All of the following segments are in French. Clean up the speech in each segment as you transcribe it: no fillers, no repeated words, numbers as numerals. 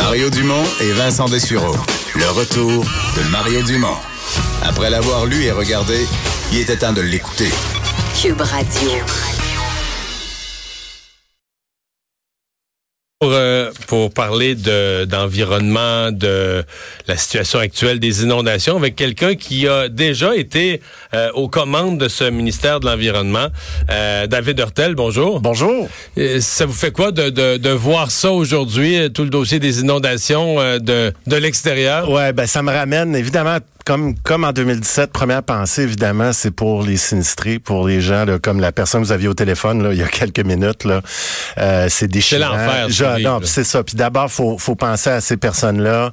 Mario Dumont et Vincent Dessureau. Le retour de Mario Dumont. Après l'avoir lu et regardé, il était temps de l'écouter. Cube Radio. Pour parler d'environnement, de la situation actuelle des inondations, avec quelqu'un qui a déjà été aux commandes de ce ministère de l'Environnement, David Hurtel, bonjour. Bonjour. Ça vous fait quoi de voir ça aujourd'hui, tout le dossier des inondations de l'extérieur? Ouais, ben ça me ramène évidemment. Comme en 2017, première pensée, évidemment, c'est pour les sinistrés, pour les gens, là, comme la personne que vous aviez au téléphone là, il y a quelques minutes. Là, c'est déchirant. C'est l'enfer. Non, c'est ça. Puis d'abord, faut penser à ces personnes-là,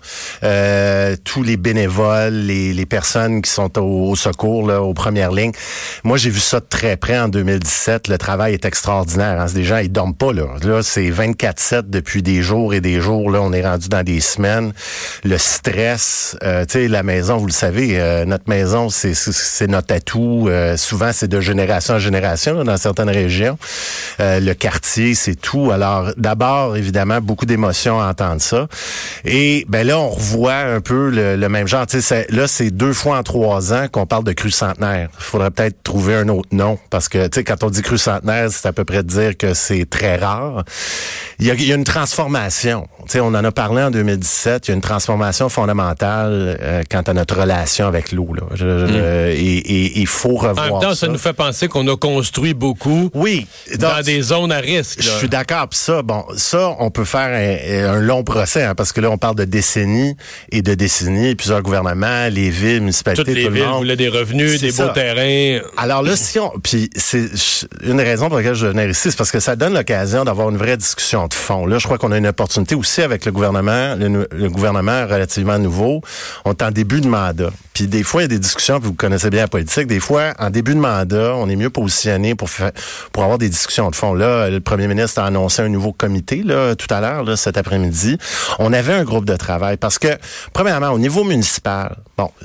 tous les bénévoles, les personnes qui sont au secours, là, aux premières lignes. Moi, j'ai vu ça de très près en 2017. Le travail est extraordinaire. Hein. Des gens, ils dorment pas. Là, c'est 24/7 depuis des jours et des jours. Là, on est rendu dans des semaines. Le stress, tu sais, la maison, vous le savez, notre maison, c'est notre atout. Souvent, c'est de génération en génération là, dans certaines régions. Le quartier, c'est tout. Alors, d'abord, évidemment, beaucoup d'émotions à entendre ça. Et ben là, on revoit un peu le même genre. Là, c'est 2 fois en 3 ans qu'on parle de crue centenaire. Il faudrait peut-être trouver un autre nom parce que, tu sais, quand on dit crue centenaire, c'est à peu près dire que c'est très rare. Il y a une transformation. Tu sais, on en a parlé en 2017. Il y a une transformation fondamentale quant à notre relation avec l'eau. Là. Et il faut revoir ça. En même temps, ça nous fait penser qu'on a construit beaucoup dans des zones à risque. Là. Je suis d'accord. Puis ça, on peut faire un long procès, hein, parce que là, on parle de décennies et de décennies. Plusieurs gouvernements, les villes, municipalités, toutes les villes voulaient des revenus, des beaux terrains. Alors là, puis c'est une raison pour laquelle je venais ici, c'est parce que ça donne l'occasion d'avoir une vraie discussion de fond. Là, je crois qu'on a une opportunité aussi avec le gouvernement, le gouvernement relativement nouveau. On est en début de mandat. Puis des fois, il y a des discussions, vous connaissez bien la politique, des fois, en début de mandat, on est mieux positionné pour avoir des discussions de fond. Là, le premier ministre a annoncé un nouveau comité là tout à l'heure, là, cet après-midi. On avait un groupe de travail parce que, premièrement, au niveau municipal,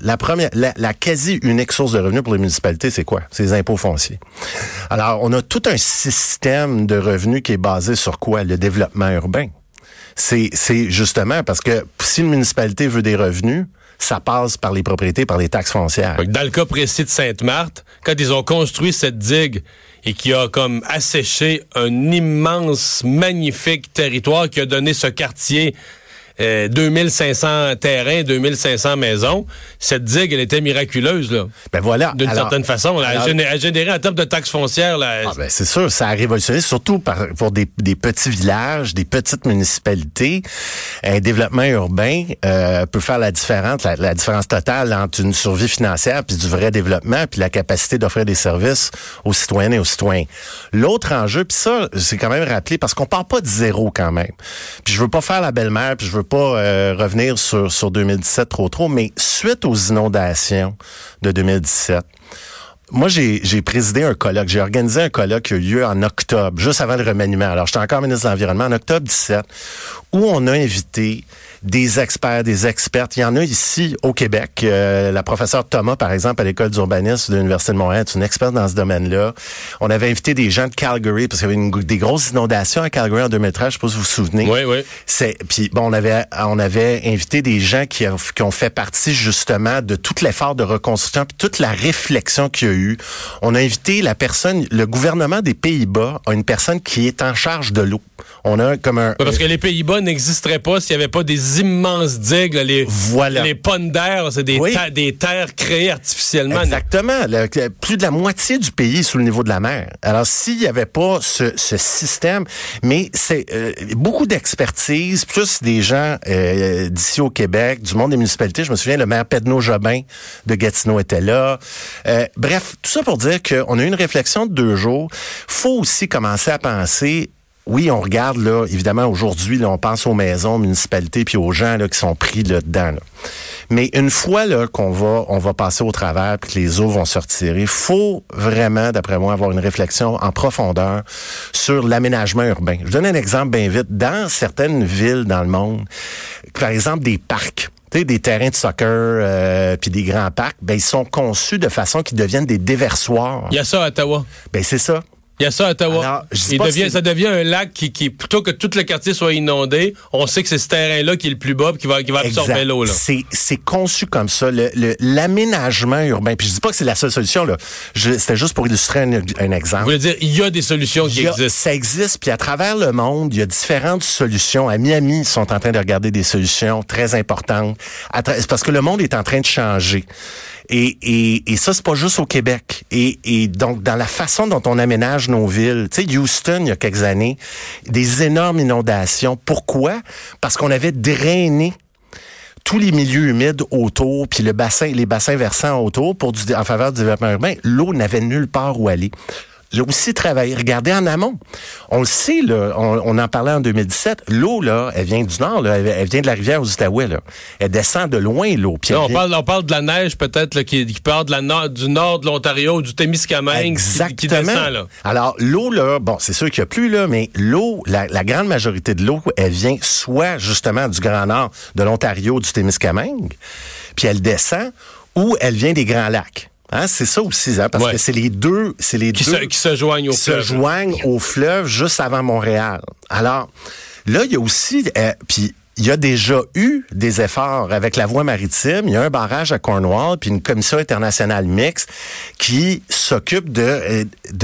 la quasi unique source de revenus pour les municipalités, c'est quoi? C'est les impôts fonciers. Alors, on a tout un système de revenus qui est basé sur quoi? Le développement urbain. C'est justement parce que si une municipalité veut des revenus, ça passe par les propriétés, par les taxes foncières. Dans le cas précis de Sainte-Marthe, quand ils ont construit cette digue et qui a comme asséché un immense, magnifique territoire qui a donné ce quartier 2500 terrains, 2500 maisons. Cette digue, elle était miraculeuse, là. Ben voilà. D'une certaine façon. Elle a généré en termes de taxes foncières, là. C'est sûr, ça a révolutionné, surtout pour des petits villages, des petites municipalités. Un développement urbain peut faire la différence totale entre une survie financière puis du vrai développement puis la capacité d'offrir des services aux citoyennes et aux citoyens. L'autre enjeu, puis ça, c'est quand même rappelé, parce qu'on part pas de zéro quand même. Puis je veux pas faire la belle-mère, puis je veux pas revenir sur 2017 trop, mais suite aux inondations de 2017, moi, j'ai présidé un colloque. J'ai organisé un colloque qui a eu lieu en octobre, juste avant le remaniement. Alors, j'étais encore ministre de l'Environnement en octobre 17, où on a invité des experts, des expertes. Il y en a ici au Québec. La professeure Thomas, par exemple, à l'École d'urbanisme de l'Université de Montréal, est une experte dans ce domaine-là. On avait invité des gens de Calgary, parce qu'il y avait des grosses inondations à Calgary en 2013, je sais pas si vous vous souvenez. Oui. Puis on avait invité des gens qui ont fait partie justement de tout l'effort de reconstruction, puis toute la réflexion qu'il y a eu. On a invité le gouvernement des Pays-Bas a une personne qui est en charge de l'eau. On a comme parce que les Pays-Bas n'existeraient pas s'il n'y avait pas des immenses digues, là, les pondères, c'est des terres créées artificiellement. Exactement. Plus de la moitié du pays est sous le niveau de la mer. Alors, s'il n'y avait pas ce système, mais c'est beaucoup d'expertise, plus des gens d'ici au Québec, du monde des municipalités. Je me souviens, le maire Pedneau-Jobin de Gatineau était là. Bref, tout ça pour dire qu'on a eu une réflexion de 2 jours. Faut aussi commencer à penser. Oui, on regarde, là, évidemment, aujourd'hui, là, on pense aux maisons, aux municipalités, puis aux gens là, qui sont pris là-dedans. Là. Mais une fois là, on va passer au travers, puis que les eaux vont se retirer, il faut vraiment, d'après moi, avoir une réflexion en profondeur sur l'aménagement urbain. Je donne un exemple bien vite. Dans certaines villes dans le monde, par exemple des parcs, des terrains de soccer, puis des grands parcs, ben ils sont conçus de façon qu'ils deviennent des déversoirs. Il y a ça à Ottawa. Ben c'est ça. Il y a ça à Ottawa. Alors, ça devient un lac qui, plutôt que tout le quartier soit inondé, on sait que c'est ce terrain-là qui est le plus bas puis qui va absorber l'eau. Là. C'est conçu comme ça. L'aménagement urbain, puis je dis pas que c'est la seule solution, là. C'était juste pour illustrer un exemple. Vous voulez dire, il y a des solutions qui existent. Ça existe, puis à travers le monde, il y a différentes solutions. À Miami, ils sont en train de regarder des solutions très importantes. C'est parce que le monde est en train de changer. Et ça, c'est pas juste au Québec. Et donc, dans la façon dont on aménage nos villes, tu sais, Houston, il y a quelques années, des énormes inondations. Pourquoi? Parce qu'on avait drainé tous les milieux humides autour, puis les bassins versants autour en faveur du développement urbain. L'eau n'avait nulle part où aller. J'ai aussi travaillé, regardez en amont. On le sait, là, on en parlait en 2017. L'eau, là, elle vient du nord, là, elle vient de la rivière aux Outaouais, là. Elle descend de loin, l'eau. Là, on parle de la neige, peut-être, là, qui part du nord de l'Ontario, du Témiscamingue, qui descend, là. Alors, l'eau, là, bon, c'est sûr qu'il n'y a plus, là, mais l'eau, la grande majorité de l'eau, elle vient soit, justement, du Grand Nord, de l'Ontario, du Témiscamingue, puis elle descend, ou elle vient des Grands Lacs. Hein, c'est ça aussi, hein, parce que c'est les deux qui se joignent au fleuve. Se joignent au fleuve juste avant Montréal. Alors, là, il y a aussi, puis il y a déjà eu des efforts avec la voie maritime. Il y a un barrage à Cornwall, puis une commission internationale mixte qui s'occupe de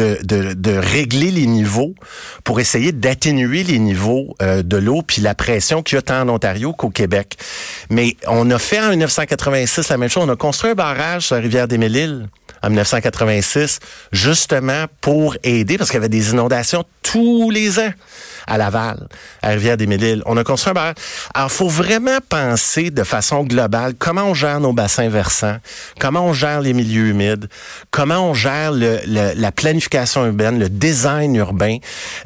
régler les niveaux pour essayer d'atténuer les niveaux de l'eau puis la pression qu'il y a tant en Ontario qu'au Québec. Mais on a fait en 1986 la même chose. On a construit un barrage sur la rivière des Mille-Îles en 1986, justement pour aider, parce qu'il y avait des inondations tous les ans à Laval, à la rivière des Mille-Îles. On a construit un barrage. Alors, il faut vraiment penser de façon globale comment on gère nos bassins versants, comment on gère les milieux humides, comment on gère la planification urbaine, le design urbain.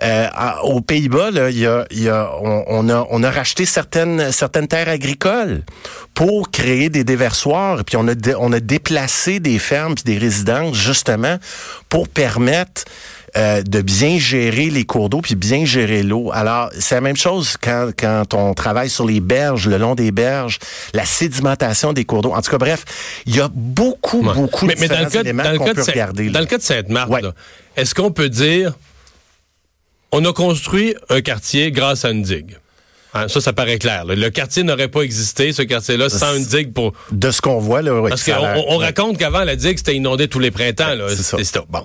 Aux Pays-Bas, là, on a racheté certaines terres agricoles pour créer des déversoirs, puis on a déplacé des fermes puis des résidences justement pour permettre de bien gérer les cours d'eau puis bien gérer l'eau. Alors, c'est la même chose quand on travaille sur les berges, le long des berges, la sédimentation des cours d'eau. En tout cas, bref, il y a beaucoup de différents éléments qu'on peut regarder. Dans le cas de Sainte-Marthe, là, est-ce qu'on peut dire on a construit un quartier grâce à une digue? Hein, ça paraît clair. Là. Le quartier n'aurait pas existé, ce quartier-là, sans une digue pour... De ce qu'on voit, là, oui. Parce qu'on raconte qu'avant, la digue, c'était inondé tous les printemps. Là. C'est ça. Bon.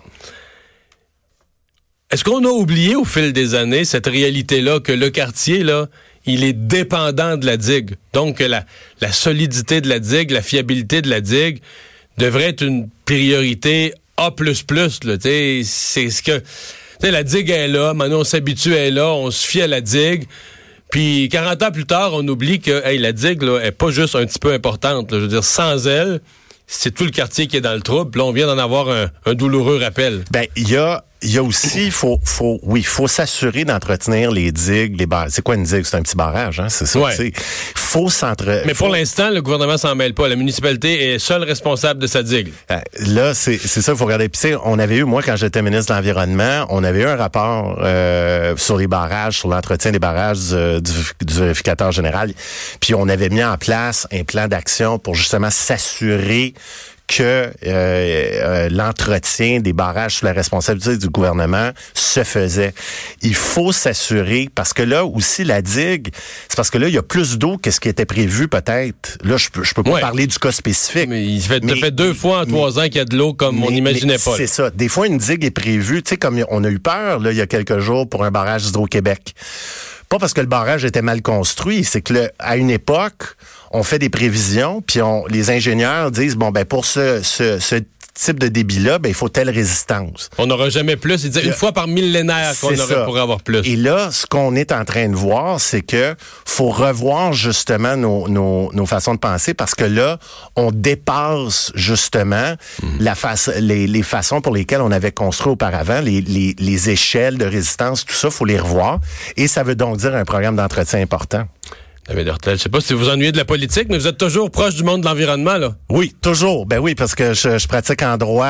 Est-ce qu'on a oublié au fil des années cette réalité-là que le quartier, là, il est dépendant de la digue? Donc, la solidité de la digue, la fiabilité de la digue devrait être une priorité A++. Là, c'est ce que... la digue est là, maintenant on s'habitue, elle est là, on se fie à la digue. Puis 40 ans plus tard, on oublie que la digue là, est pas juste un petit peu importante. Là. Je veux dire, sans elle, c'est tout le quartier qui est dans le trouble. Puis là, on vient d'en avoir un douloureux rappel. Ben, il y a aussi, faut s'assurer d'entretenir les digues, les barrages. C'est quoi une digue? C'est un petit barrage, hein? C'est ça. Ouais. Mais pour l'instant, le gouvernement s'en mêle pas. La municipalité est seule responsable de sa digue. Là, c'est ça, il faut regarder. Puis, on avait eu, moi, quand j'étais ministre de l'Environnement, on avait eu un rapport sur les barrages, sur l'entretien des barrages du vérificateur général. Puis, on avait mis en place un plan d'action pour justement s'assurer que l'entretien des barrages sous la responsabilité du gouvernement se faisait. Il faut s'assurer, parce que là aussi, la digue, c'est parce que là, il y a plus d'eau que ce qui était prévu peut-être. Là, je peux pas parler du cas spécifique. Mais ça fait 2 fois en 3 ans qu'il y a de l'eau comme on n'imaginait pas. C'est ça. Des fois, une digue est prévue, tu sais, comme on a eu peur, là, il y a quelques jours, pour un barrage d'Hydro-Québec. Pas parce que le barrage était mal construit, c'est que à une époque, on fait des prévisions, puis les ingénieurs disent pour ce type de débit-là, il faut telle résistance. On n'aura jamais plus. Ils disaient une fois par millénaire qu'on pourrait avoir plus. Et là, ce qu'on est en train de voir, c'est que faut revoir justement nos façons de penser, parce que là, on dépasse justement les façons pour lesquelles on avait construit auparavant, les échelles de résistance, tout ça, faut les revoir. Et ça veut donc dire un programme d'entretien important. David Hurtel, je sais pas si vous vous ennuyez de la politique, mais vous êtes toujours proche du monde de l'environnement, là. Oui, toujours. Ben oui, parce que je pratique en droit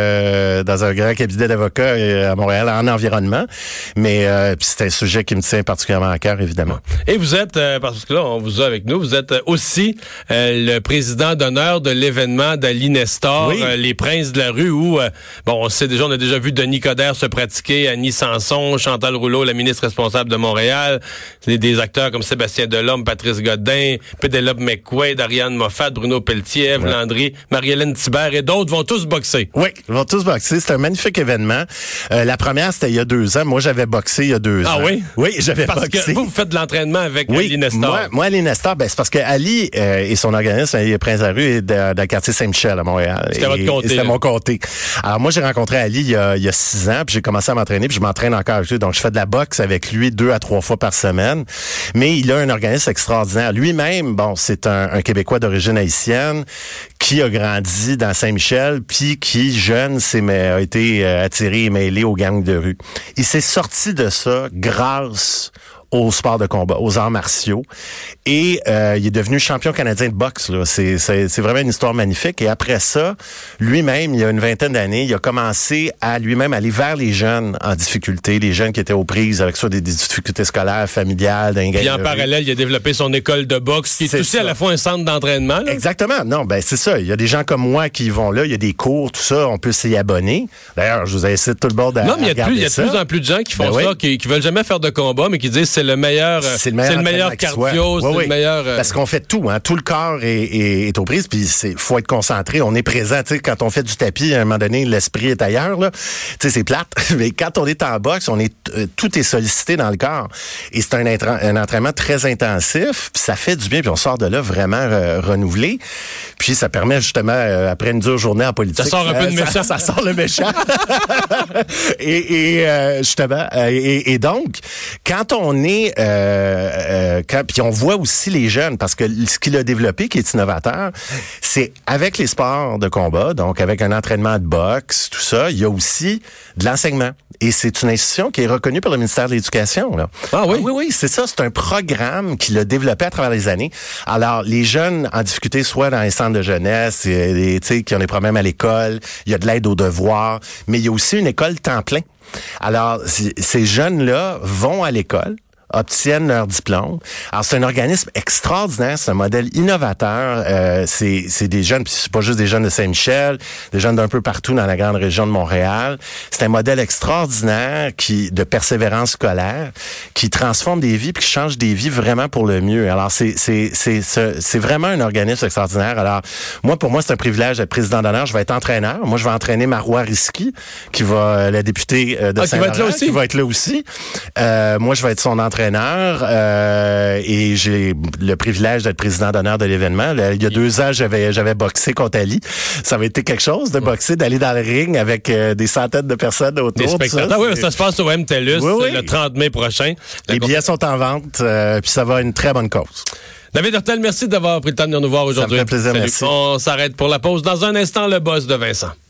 dans un grand cabinet d'avocats à Montréal en environnement. Mais puis c'est un sujet qui me tient particulièrement à cœur, évidemment. Et vous êtes, parce que là, on vous a avec nous, vous êtes aussi le président d'honneur de l'événement d'Ali Nestor, oui. Les Princes de la rue, où, on sait déjà, on a déjà vu Denis Coderre se pratiquer, Annie Sanson, Chantal Rouleau, la ministre responsable de Montréal, des acteurs comme Sébastien Delhomme, Patrice Godin, Pénélope McQuaid, Ariane Moffat, Bruno Pelletier, Ève Landry, Marie-Hélène Thibert et d'autres vont tous boxer. Oui, ils vont tous boxer. C'est un magnifique événement. La première, c'était il y a 2 ans. Moi, j'avais boxé il y a 2 ans. Ah oui? Oui, j'avais parce boxé. Parce que vous faites de l'entraînement avec Ali Nestor. Moi, Ali Nestor, c'est parce que Ali et son organisme, les Princes de la rue, est dans le quartier Saint-Michel à Montréal. C'était votre comté. C'était mon comté. Alors moi, j'ai rencontré Ali il y a 6 ans, puis j'ai commencé à m'entraîner, puis je m'entraîne encore avec lui. Donc, je fais de la boxe avec lui 2 à 3 fois par semaine. Mais il a un organisme extraordinaire. Lui-même, c'est un Québécois d'origine haïtienne qui a grandi dans Saint-Michel, puis qui, jeune, a été attiré et mêlé aux gangs de rue. Il s'est sorti de ça grâce au sport de combat, aux arts martiaux. Et il est devenu champion canadien de boxe. Là. C'est vraiment une histoire magnifique. Et après ça, lui-même, il y a une 20aine d'années, il a commencé à lui-même aller vers les jeunes en difficulté, les jeunes qui étaient aux prises avec soit des difficultés scolaires, familiales, d'un Puis en parallèle, il a développé son école de boxe, qui est aussi à la fois un centre d'entraînement. Là. Exactement. Non, c'est ça. Il y a des gens comme moi qui vont là. Il y a des cours, tout ça. On peut s'y abonner. D'ailleurs, je vous incite tout le monde à regarder ça. Non, mais il y a de plus en plus de gens qui font ça, qui veulent jamais faire de combat, mais qui disent c'est le meilleur cardio, le meilleur. Parce qu'on fait tout, hein. Tout le corps est aux prises, puis faut être concentré. On est présent. Tu sais, quand on fait du tapis, à un moment donné, l'esprit est ailleurs. Là, tu sais, c'est plate. Mais quand on est en boxe, tout est sollicité dans le corps. Et c'est un entraînement très intensif. Puis ça fait du bien. Puis on sort de là vraiment renouvelé. Puis ça permet justement, après une dure journée en politique, ça sort un peu de méchant. Ça sort le méchant. Justement. Et donc, quand on est puis on voit aussi les jeunes, parce que ce qu'il a développé qui est innovateur, c'est avec les sports de combat, donc avec un entraînement de boxe, tout ça, il y a aussi de l'enseignement. Et c'est une institution qui est reconnue par le ministère de l'Éducation. Là. Ah oui? Oui, c'est ça. C'est un programme qu'il a développé à travers les années. Alors, les jeunes en difficulté, soit dans les centres de jeunesse, qui ont des problèmes à l'école, il y a de l'aide aux devoirs, mais il y a aussi une école temps plein. Alors, ces jeunes-là vont à l'école, obtiennent leur diplôme. Alors, c'est un organisme extraordinaire, c'est un modèle innovateur. C'est des jeunes, puis c'est pas juste des jeunes de Saint-Michel, des jeunes d'un peu partout dans la grande région de Montréal. C'est un modèle extraordinaire de persévérance scolaire, qui transforme des vies, puis qui change des vies vraiment pour le mieux. Alors, c'est vraiment un organisme extraordinaire. Alors, pour moi, c'est un privilège d'être président d'honneur. Je vais être entraîneur. Moi, je vais entraîner Marois Risky, la députée de Saint-Laurent, qui va être là aussi. Moi, je vais être son entraîneur. Et j'ai le privilège d'être président d'honneur de l'événement. Il y a 2 ans, j'avais boxé contre Ali. Ça avait été quelque chose de boxer, d'aller dans le ring avec des centaines de personnes autour. Des spectateurs. Oui, ça se passe au MTELUS le 30 mai prochain. Les billets sont en vente, puis ça va à une très bonne cause. David Hurtel, merci d'avoir pris le temps de venir nous voir aujourd'hui. Ça me fait plaisir, merci. On s'arrête pour la pause. Dans un instant, le boss de Vincent.